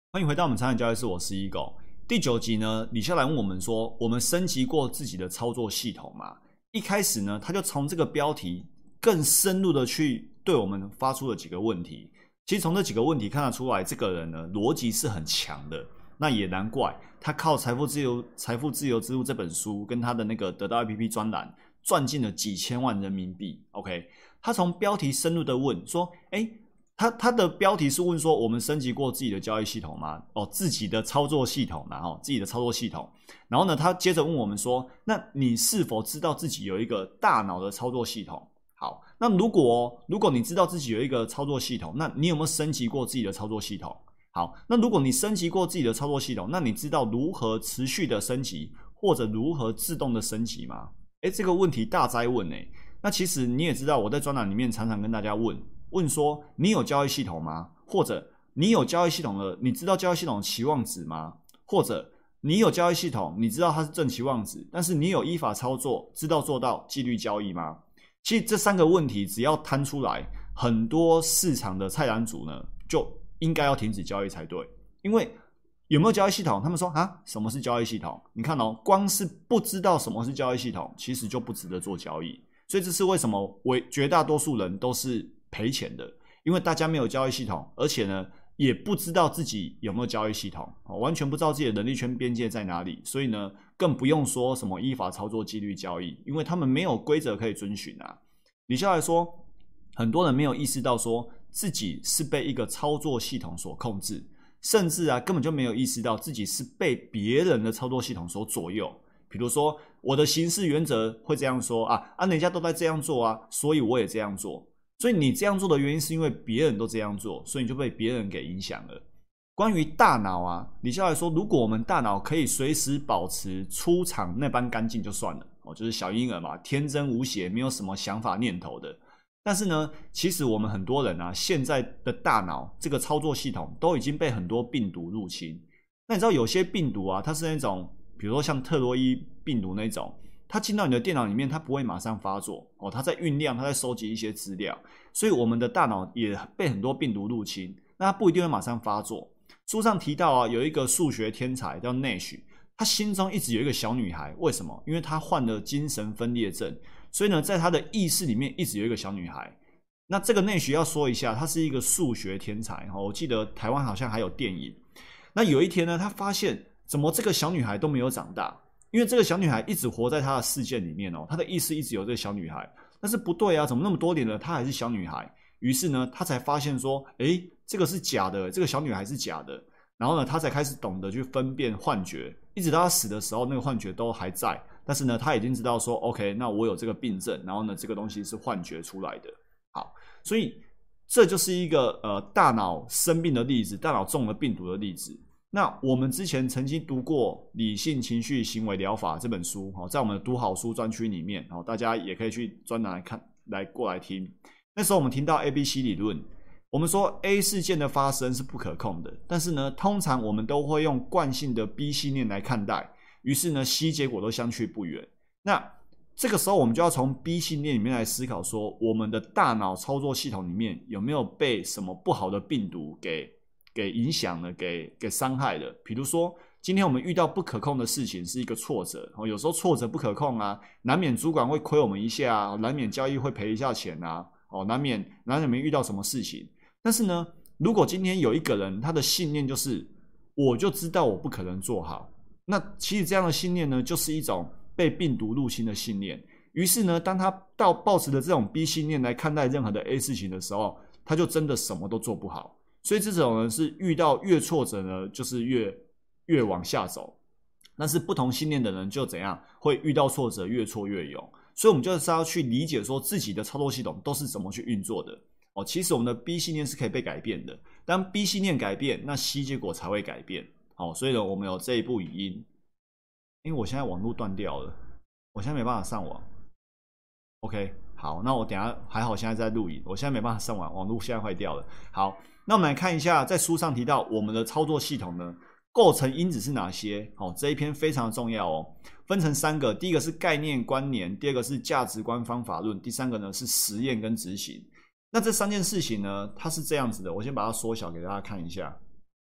欢迎回到我们产品交易室，我是 Eagle。第9集呢，李笑来问我们说，我们升级过自己的操作系统吗？一开始呢，他就从这个标题更深入的去对我们发出了几个问题。其实从这几个问题看得出来，这个人呢逻辑是很强的。那也难怪他靠《财富自由之路》这本书跟他的那个得到 APP 专栏赚进了几千万人民币。OK， 他从标题深入的问说，他的标题是问说，我们升级过自己的交易系统吗？自己的操作系统啦，自己的操作系统。然后呢，他接着问我们说，那你是否知道自己有一个大脑的操作系统？好，那如果你知道自己有一个操作系统，那你有没有升级过自己的操作系统？好，那如果你升级过自己的操作系统，那你知道如何持续的升级，或者如何自动的升级吗？这个问题大哉问那其实你也知道，我在专栏里面常常跟大家问说，你有交易系统吗？或者你有交易系统的，你知道交易系统的期望值吗？或者你有交易系统，你知道它是正期望值，但是你有依法操作，知道做到纪律交易吗？其实这3个问题只要摊出来，很多市场的菜篮族呢就应该要停止交易才对。因为有没有交易系统，他们说什么是交易系统？你看光是不知道什么是交易系统，其实就不值得做交易。所以这是为什么绝大多数人都是赔钱的，因为大家没有交易系统，而且呢也不知道自己有没有交易系统，完全不知道自己的能力圈边界在哪里，所以呢更不用说什么依法操作纪律交易，因为他们没有规则可以遵循啊。李笑来说，很多人没有意识到说自己是被一个操作系统所控制，甚至根本就没有意识到自己是被别人的操作系统所左右。比如说我的行事原则会这样说人家都在这样做所以我也这样做。所以你这样做的原因是因为别人都这样做，所以你就被别人给影响了。关于大脑李笑来说，如果我们大脑可以随时保持出厂那般干净就算了就是小婴儿嘛，天真无邪，没有什么想法念头的。但是呢，其实我们很多人现在的大脑这个操作系统都已经被很多病毒入侵。那你知道有些病毒它是那种，比如说像特洛伊病毒那种，它进到你的电脑里面，它不会马上发作它在酝酿，它在收集一些资料，所以我们的大脑也被很多病毒入侵，那它不一定会马上发作。书上提到有一个数学天才叫 Nash， 他心中一直有一个小女孩，为什么？因为他患了精神分裂症，所以呢，在他的意识里面一直有一个小女孩。那这个 Nash 要说一下，他是一个数学天才我记得台湾好像还有电影。那有一天呢，他发现怎么这个小女孩都没有长大。因为这个小女孩一直活在她的世界里面她的意识一直有这个小女孩，但是不对怎么那么多年了她还是小女孩？于是呢，她才发现说，这个是假的，这个小女孩是假的。然后呢，她才开始懂得去分辨幻觉，一直到她死的时候，那个幻觉都还在。但是呢，她已经知道说 ，OK， 那我有这个病症，然后呢，这个东西是幻觉出来的。好，所以这就是一个大脑生病的例子，大脑中了病毒的例子。那我们之前曾经读过《理性情绪行为疗法》这本书在我们的读好书专区里面大家也可以去专栏过来听。那时候我们听到 ABC 理论，我们说 A 事件的发生是不可控的，但是呢，通常我们都会用惯性的 B 信念来看待，于是呢 C 结果都相去不远。那这个时候我们就要从 B 信念里面来思考说，我们的大脑操作系统里面有没有被什么不好的病毒给影响了，给伤害了。比如说今天我们遇到不可控的事情是一个挫折有时候挫折不可控难免主管会亏我们一下难免交易会赔一下钱难免遇到什么事情。但是呢，如果今天有一个人他的信念就是我就知道我不可能做好，那其实这样的信念呢，就是一种被病毒入侵的信念。于是呢，当他抱持的这种 B 信念来看待任何的 A 事情的时候，他就真的什么都做不好。所以这种人是遇到越挫折呢，就是越往下走。但是不同信念的人就怎样，会遇到挫折越挫越勇。所以我们就是要去理解说自己的操作系统都是怎么去运作的其实我们的 B 信念是可以被改变的，当 B 信念改变，那 C 结果才会改变所以呢，我们有这一部语音。因为我现在网络断掉了，我现在没办法上网。OK， 好，那我等一下还好，现在在录影，我现在没办法上网，网络现在坏掉了。好，那我们来看一下，在书上提到我们的操作系统呢，构成因子是哪些？这一篇非常重要分成3个，第一个是概念观念，第二个是价值观方法论，第3个呢是实验跟执行。那这3件事情呢，它是这样子的，我先把它缩小给大家看一下。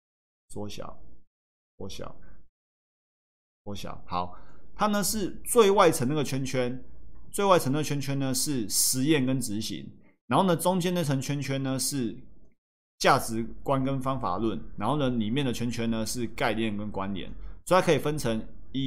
缩小，缩小，缩小。好，它呢是最外层那个圈圈，最外层那个圈圈呢是实验跟执行，然后呢中间那层圈圈呢是价值观跟方法论，然后呢里面的圈圈呢是概念跟关联，所以它可以分成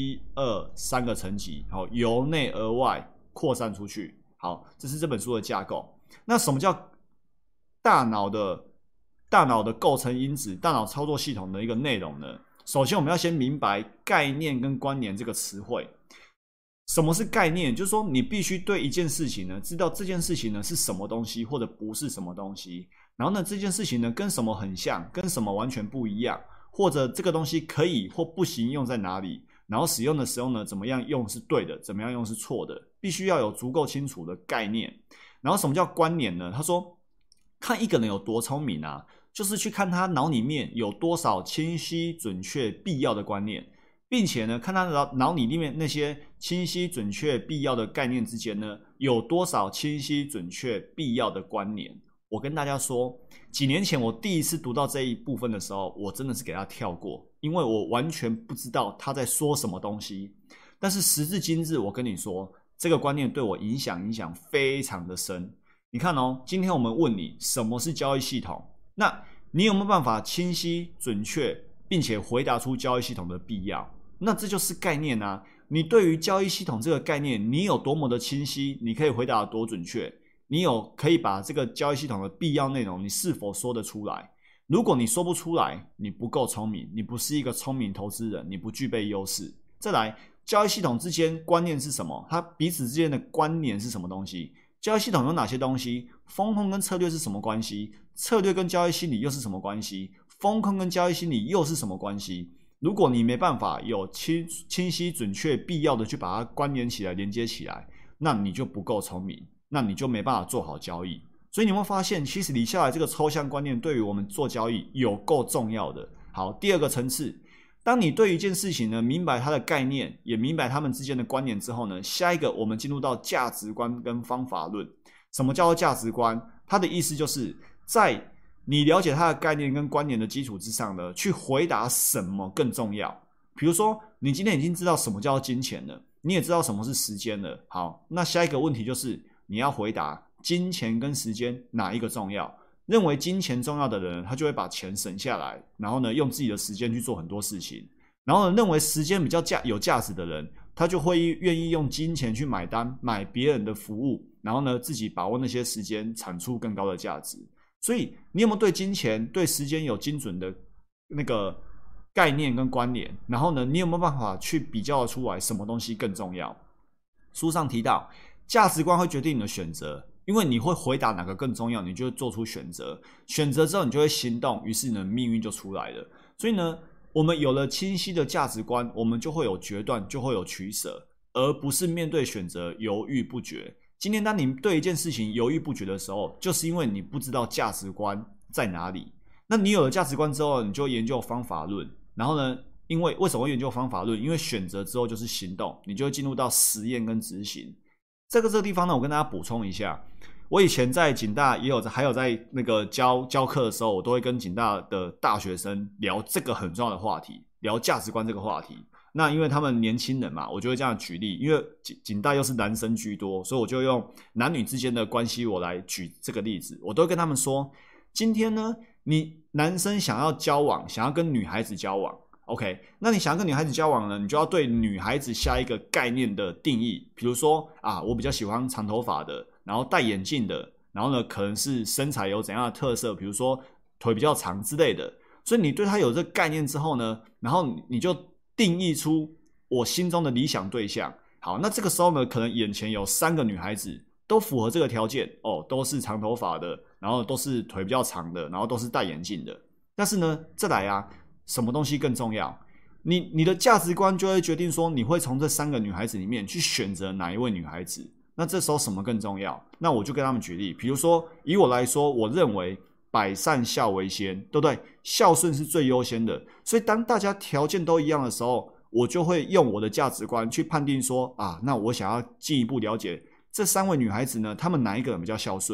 1、2、3个层级，好，由内而外扩散出去。好，这是这本书的架构。那什么叫大脑的构成因子，大脑操作系统的一个内容呢？首先我们要先明白概念跟关联这个词汇。什么是概念？就是说你必须对一件事情呢知道这件事情呢是什么东西，或者不是什么东西，然后呢这件事情呢跟什么很像，跟什么完全不一样，或者这个东西可以或不行用在哪里，然后使用的时候呢怎么样用是对的，怎么样用是错的，必须要有足够清楚的概念。然后什么叫关联呢？他说看一个人有多聪明啊，就是去看他脑里面有多少清晰准确必要的观念，并且呢看他脑里面那些清晰准确必要的概念之间呢有多少清晰准确必要的关联。我跟大家说，几年前我第一次读到这一部分的时候，我真的是给他跳过，因为我完全不知道他在说什么东西。但是时至今日，我跟你说，这个观念对我影响非常的深。你看哦，今天我们问你什么是交易系统，那你有没有办法清晰准确并且回答出交易系统的必要？那这就是概念啊。你对于交易系统这个概念，你有多么的清晰，你可以回答多准确，你可以把这个交易系统的必要内容，你是否说得出来？如果你说不出来，你不够聪明，你不是一个聪明投资人，你不具备优势。再来，交易系统之间观念是什么？它彼此之间的关联是什么东西？交易系统有哪些东西？风控跟策略是什么关系？策略跟交易心理又是什么关系？风控跟交易心理又是什么关系？如果你没办法有清晰准确必要的去把它关联起来连接起来，那你就不够聪明，那你就没办法做好交易。所以你会发现，其实理下来这个抽象观念对于我们做交易有够重要的。好，第二个层次，当你对一件事情呢明白它的概念，也明白它们之间的关联之后呢，下一个我们进入到价值观跟方法论。什么叫做价值观？它的意思就是在你了解它的概念跟关联的基础之上呢，去回答什么更重要。比如说，你今天已经知道什么叫做金钱了，你也知道什么是时间了。好，那下一个问题就是你要回答金钱跟时间哪一个重要？认为金钱重要的人，他就会把钱省下来，然后呢，用自己的时间去做很多事情。然后呢，认为时间比较有价值的人，他就会愿意用金钱去买单，买别人的服务，然后呢，自己把握那些时间，产出更高的价值。所以，你有没有对金钱、对时间有精准的那个概念跟关联？然后呢，你有没有办法去比较出来什么东西更重要？书上提到，价值观会决定你的选择，因为你会回答哪个更重要，你就会做出选择。选择之后，你就会行动，于是你的命运就出来了。所以呢，我们有了清晰的价值观，我们就会有决断，就会有取舍，而不是面对选择犹豫不决。今天当你对一件事情犹豫不决的时候，就是因为你不知道价值观在哪里。那你有了价值观之后，你就研究方法论，然后呢，为什么会研究方法论？因为选择之后就是行动，你就会进入到实验跟执行。这个地方呢，我跟大家补充一下，我以前在警大还有在那个教课的时候，我都会跟警大的大学生聊这个很重要的话题，聊价值观这个话题。那因为他们年轻人嘛，我就会这样举例，因为警大又是男生居多，所以我就用男女之间的关系我来举这个例子。我都会跟他们说，今天呢，你男生想要交往，想要跟女孩子交往 OK， 那你想要跟女孩子交往呢，你就要对女孩子下一个概念的定义。比如说啊，我比较喜欢长头发的，然后戴眼镜的，然后呢可能是身材有怎样的特色，比如说腿比较长之类的。所以你对他有这个概念之后呢，然后你就定义出我心中的理想对象。好，那这个时候呢，可能眼前有3个女孩子都符合这个条件哦，都是长头发的，然后都是腿比较长的，然后都是戴眼镜的。但是呢，再来啊，什么东西更重要？你的价值观就会决定说，你会从这3个女孩子里面去选择哪一位女孩子。那这时候什么更重要？那我就跟他们举例，比如说以我来说，我认为百善孝为先，对不对？孝顺是最优先的。所以当大家条件都一样的时候，我就会用我的价值观去判定说啊，那我想要进一步了解这3位女孩子呢，她们哪一个人比较孝顺？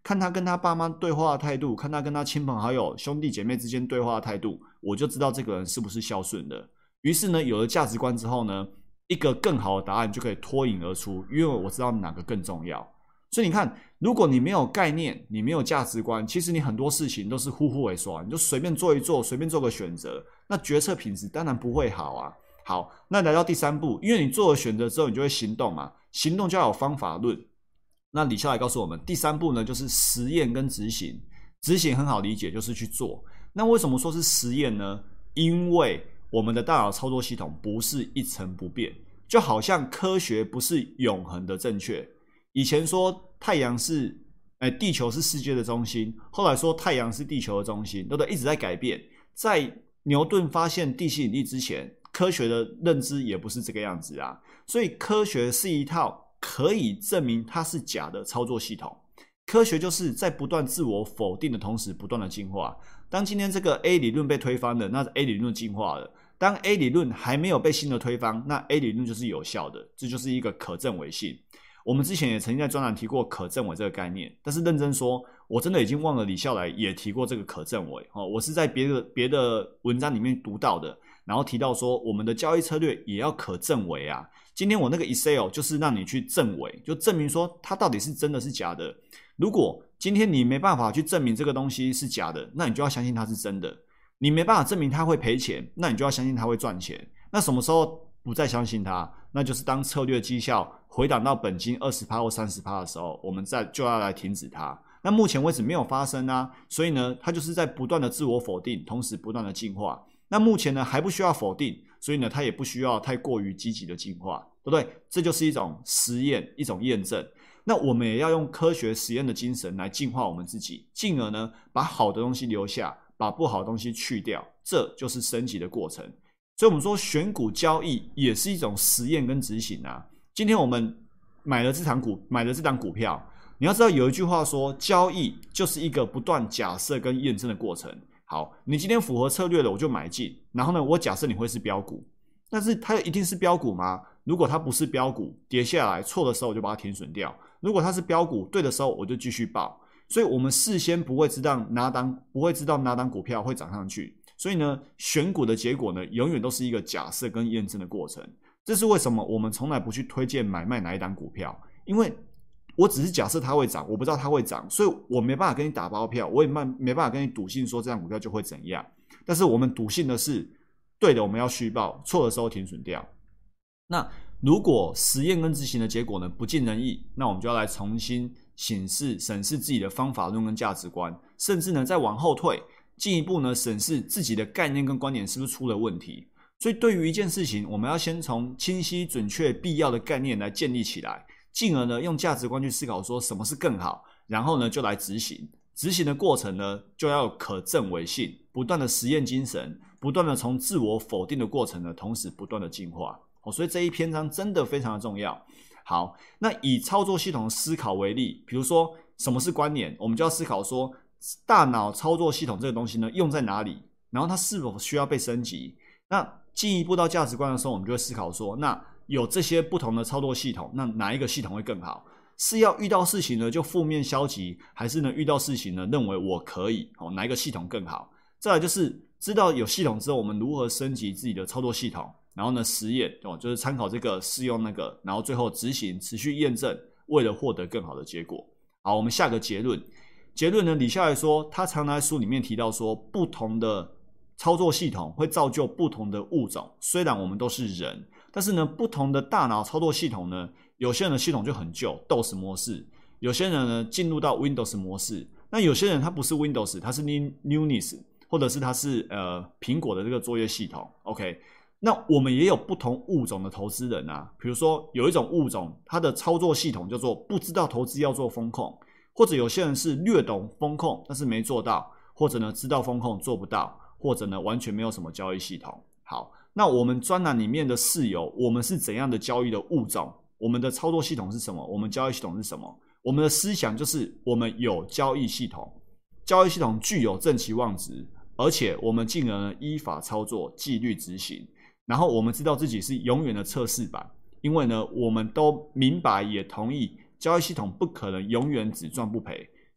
看他跟他爸妈对话的态度，看他跟他亲朋好友、兄弟姐妹之间对话的态度，我就知道这个人是不是孝顺的。于是呢，有了价值观之后呢，一个更好的答案就可以脱颖而出，因为我知道哪个更重要。所以你看，如果你没有概念，你没有价值观，其实你很多事情都是呼呼为刷，你就随便做一做，随便做个选择，那决策品质当然不会好啊。好，那来到第3步，因为你做了选择之后，你就会行动嘛，行动就要有方法论。那李笑来告诉我们，第3步呢就是实验跟执行。执行很好理解，就是去做。那为什么说是实验呢？因为我们的大脑操作系统不是一成不变，就好像科学不是永恒的正确。以前说太阳是，地球是世界的中心，后来说太阳是地球的中心，对不对？一直在改变。在牛顿发现地心引力之前，科学的认知也不是这个样子啊。所以科学是一套可以证明它是假的操作系统。科学就是在不断自我否定的同时不断的进化。当今天这个 A 理论被推翻了，那 A 理论进化了。当 A 理论还没有被新的推翻，那 A 理论就是有效的，这就是一个可证伪性。我们之前也曾经在专栏提过可证伪这个概念，但是认真说，我真的已经忘了李笑来也提过这个可证伪。我是在别的文章里面读到的，然后提到说我们的交易策略也要可证伪啊。今天我那个 Excel 就是让你去证伪，就证明说它到底是真的是假的。如果今天你没办法去证明这个东西是假的，那你就要相信它是真的。你没办法证明它会赔钱，那你就要相信它会赚钱。那什么时候不再相信它？那就是当策略绩效回档到本金 20% 或 30% 的时候，我们就要来停止它。那目前为止没有发生啊，所以呢，它就是在不断的自我否定，同时不断的进化。那目前呢还不需要否定，所以呢它也不需要太过于积极的进化，对不对？这就是一种实验，一种验证。那我们也要用科学实验的精神来净化我们自己，进而呢把好的东西留下，把不好的东西去掉，这就是升级的过程。所以我们说选股交易也是一种实验跟执行啊。今天我们买了这档股票，你要知道有一句话说，交易就是一个不断假设跟验证的过程。好，你今天符合策略了，我就买进，然后呢，我假设你会是标股，但是它一定是标股吗？如果它不是标股，跌下来错的时候我就把它停损掉；如果它是标股，对的时候我就继续抱。所以我们事先不会知道哪档股票会涨上去，所以呢，选股的结果呢，永远都是一个假设跟验证的过程。这是为什么我们从来不去推荐买卖哪一档股票，因为我只是假设它会涨，我不知道它会涨，所以我没办法跟你打包票，我也没办法跟你笃信说这档股票就会怎样。但是我们笃信的是，对的我们要续报，错的时候停损掉。那如果实验跟执行的结果呢不尽人意，那我们就要来重新审视自己的方法论跟价值观，甚至呢再往后退，进一步呢审视自己的概念跟观点是不是出了问题。所以对于一件事情，我们要先从清晰、准确、必要的概念来建立起来，进而呢用价值观去思考说什么是更好，然后呢就来执行。执行的过程呢就要有可证伪性，不断的实验精神，不断的从自我否定的过程呢同时不断的进化。所以这一篇章真的非常的重要。好，那以操作系统思考为例，比如说什么是观念，我们就要思考说大脑操作系统这个东西呢用在哪里，然后它是否需要被升级。那进一步到价值观的时候，我们就会思考说，那有这些不同的操作系统，那哪一个系统会更好？是要遇到事情呢就负面消极，还是呢遇到事情呢认为我可以，哪一个系统更好？再来就是知道有系统之后，我们如何升级自己的操作系统，然后呢实验，就是参考这个试用那个，然后最后执行持续验证，为了获得更好的结果。好，我们下个结论呢，李笑来说他常在书里面提到说，不同的操作系统会造就不同的物种，虽然我们都是人，但是呢不同的大脑操作系统呢，有些人的系统就很旧 DOS 模式，有些人呢进入到 Windows 模式，那有些人他不是 Windows， 他是 Linux， 或者是他是苹果的这个作业系统。 OK， 那我们也有不同物种的投资人啊，比如说有一种物种它的操作系统叫做不知道投资要做风控，或者有些人是略懂风控但是没做到，或者呢知道风控做不到，或者呢完全没有什么交易系统。好，那我们专栏里面的室友，我们是怎样的交易的物种？我们的操作系统是什么？我们交易系统是什么？我们的思想就是我们有交易系统，交易系统具有正期望值，而且我们进而呢依法操作，纪律执行。然后我们知道自己是永远的测试版，因为呢我们都明白也同意交易系统不可能永远只赚不赔，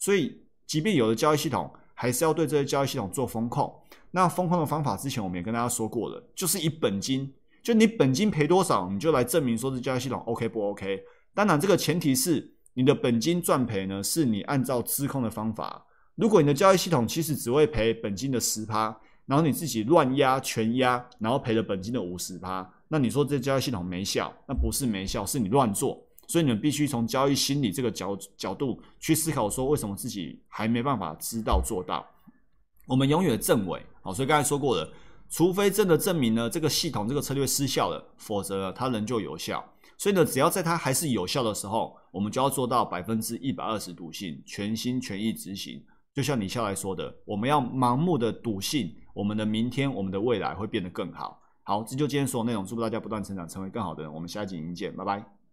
所以即便有了交易系统，还是要对这些交易系统做风控。那风控的方法之前我们也跟大家说过了，就是以本金，就你本金赔多少，你就来证明说这交易系统 OK 不 OK。当然这个前提是你的本金赚赔呢，是你按照资控的方法。如果你的交易系统其实只会赔本金的 10%， 然后你自己乱压全压，然后赔了本金的 50%， 那你说这交易系统没效，那不是没效，是你乱做。所以你们必须从交易心理这个角度去思考说，为什么自己还没办法知道做到。我们永远证伪，所以刚才说过了，除非真的证明呢这个系统这个策略失效了，否则呢它仍旧有效。所以呢，只要在它还是有效的时候，我们就要做到120%笃信，全心全意执行。就像你下来说的，我们要盲目的笃信，我们的明天，我们的未来会变得更好。好，这就今天所有内容，祝福大家不断成长，成为更好的人。我们下一集影见，拜拜。